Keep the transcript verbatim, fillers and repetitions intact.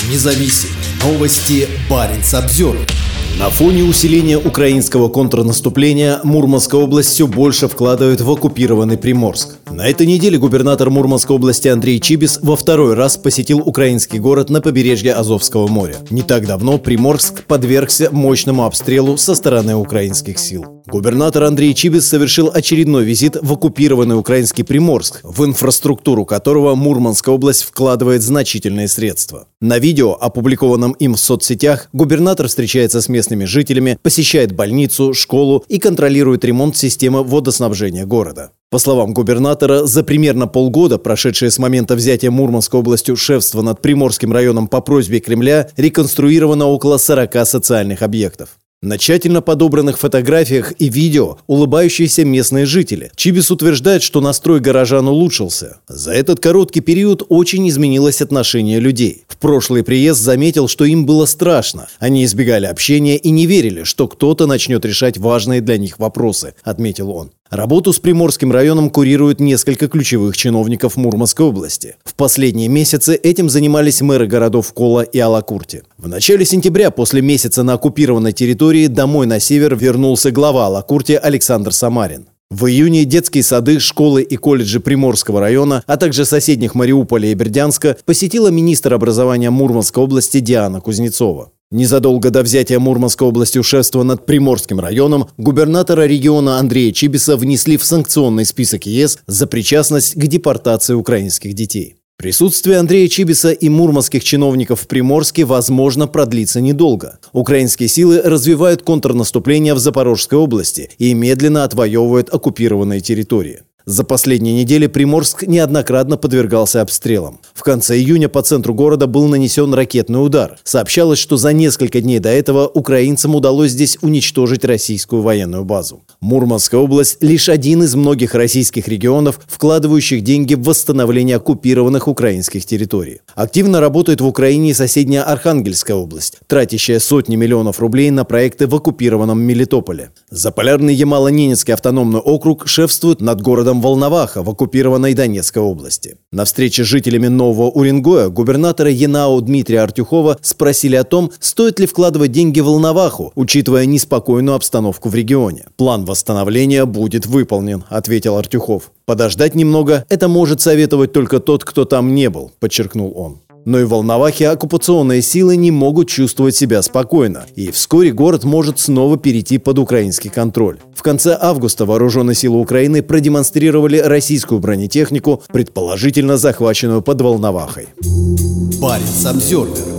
независим. Новости Баренц-Обзервер. На фоне усиления украинского контрнаступления Мурманская область все больше вкладывает в оккупированный Приморск. На этой неделе губернатор Мурманской области Андрей Чибис во второй раз посетил украинский город на побережье Азовского моря. Не так давно Приморск подвергся мощному обстрелу со стороны украинских сил. Губернатор Андрей Чибис совершил очередной визит в оккупированный украинский Приморск, в инфраструктуру которого Мурманская область вкладывает значительные средства. На видео, опубликованном им в соцсетях, губернатор встречается с местными жителями, посещает больницу, школу и контролирует ремонт системы водоснабжения города. По словам губернатора, за примерно полгода, прошедшие с момента взятия Мурманской областью шефства над Приморским районом по просьбе Кремля, реконструировано около сорока социальных объектов. На тщательно подобранных фотографиях и видео улыбающиеся местные жители. Чибис утверждает, что настрой горожан улучшился. За этот короткий период очень изменилось отношение людей. В прошлый приезд заметил, что им было страшно. Они избегали общения и не верили, что кто-то начнет решать важные для них вопросы, отметил он. Работу с Приморским районом курируют несколько ключевых чиновников Мурманской области. В последние месяцы этим занимались мэры городов Кола и Алакурти. В начале сентября, после месяца на оккупированной территории, домой на север вернулся глава Алакурти Александр Самарин. В июне детские сады, школы и колледжи Приморского района, а также соседних Мариуполя и Бердянска посетила министр образования Мурманской области Диана Кузнецова. Незадолго до взятия Мурманской областью шефства над Приморским районом губернатора региона Андрея Чибиса внесли в санкционный список ЕС за причастность к депортации украинских детей. Присутствие Андрея Чибиса и мурманских чиновников в Приморске, возможно, продлится недолго. Украинские силы развивают контрнаступление в Запорожской области и медленно отвоевывают оккупированные территории. За последние недели Приморск неоднократно подвергался обстрелам. В конце июня по центру города был нанесен ракетный удар. Сообщалось, что за несколько дней до этого украинцам удалось здесь уничтожить российскую военную базу. Мурманская область – лишь один из многих российских регионов, вкладывающих деньги в восстановление оккупированных украинских территорий. Активно работает в Украине и соседняя Архангельская область, тратящая сотни миллионов рублей на проекты в оккупированном Мелитополе. Заполярный Ямало-Ненецкий автономный округ шефствует над городом Волноваха в оккупированной Донецкой области. На встрече с жителями Нового Уренгоя губернатора ЯНАО Дмитрия Артюхова спросили о том, стоит ли вкладывать деньги в Волноваху, учитывая неспокойную обстановку в регионе. «План восстановления будет выполнен», — ответил Артюхов. «Подождать немного — это может советовать только тот, кто там не был», — подчеркнул он. Но и в Волновахе оккупационные силы не могут чувствовать себя спокойно, и вскоре город может снова перейти под украинский контроль. В конце августа вооруженные силы Украины продемонстрировали российскую бронетехнику, предположительно захваченную под Волновахой. Баренц-Обзервер.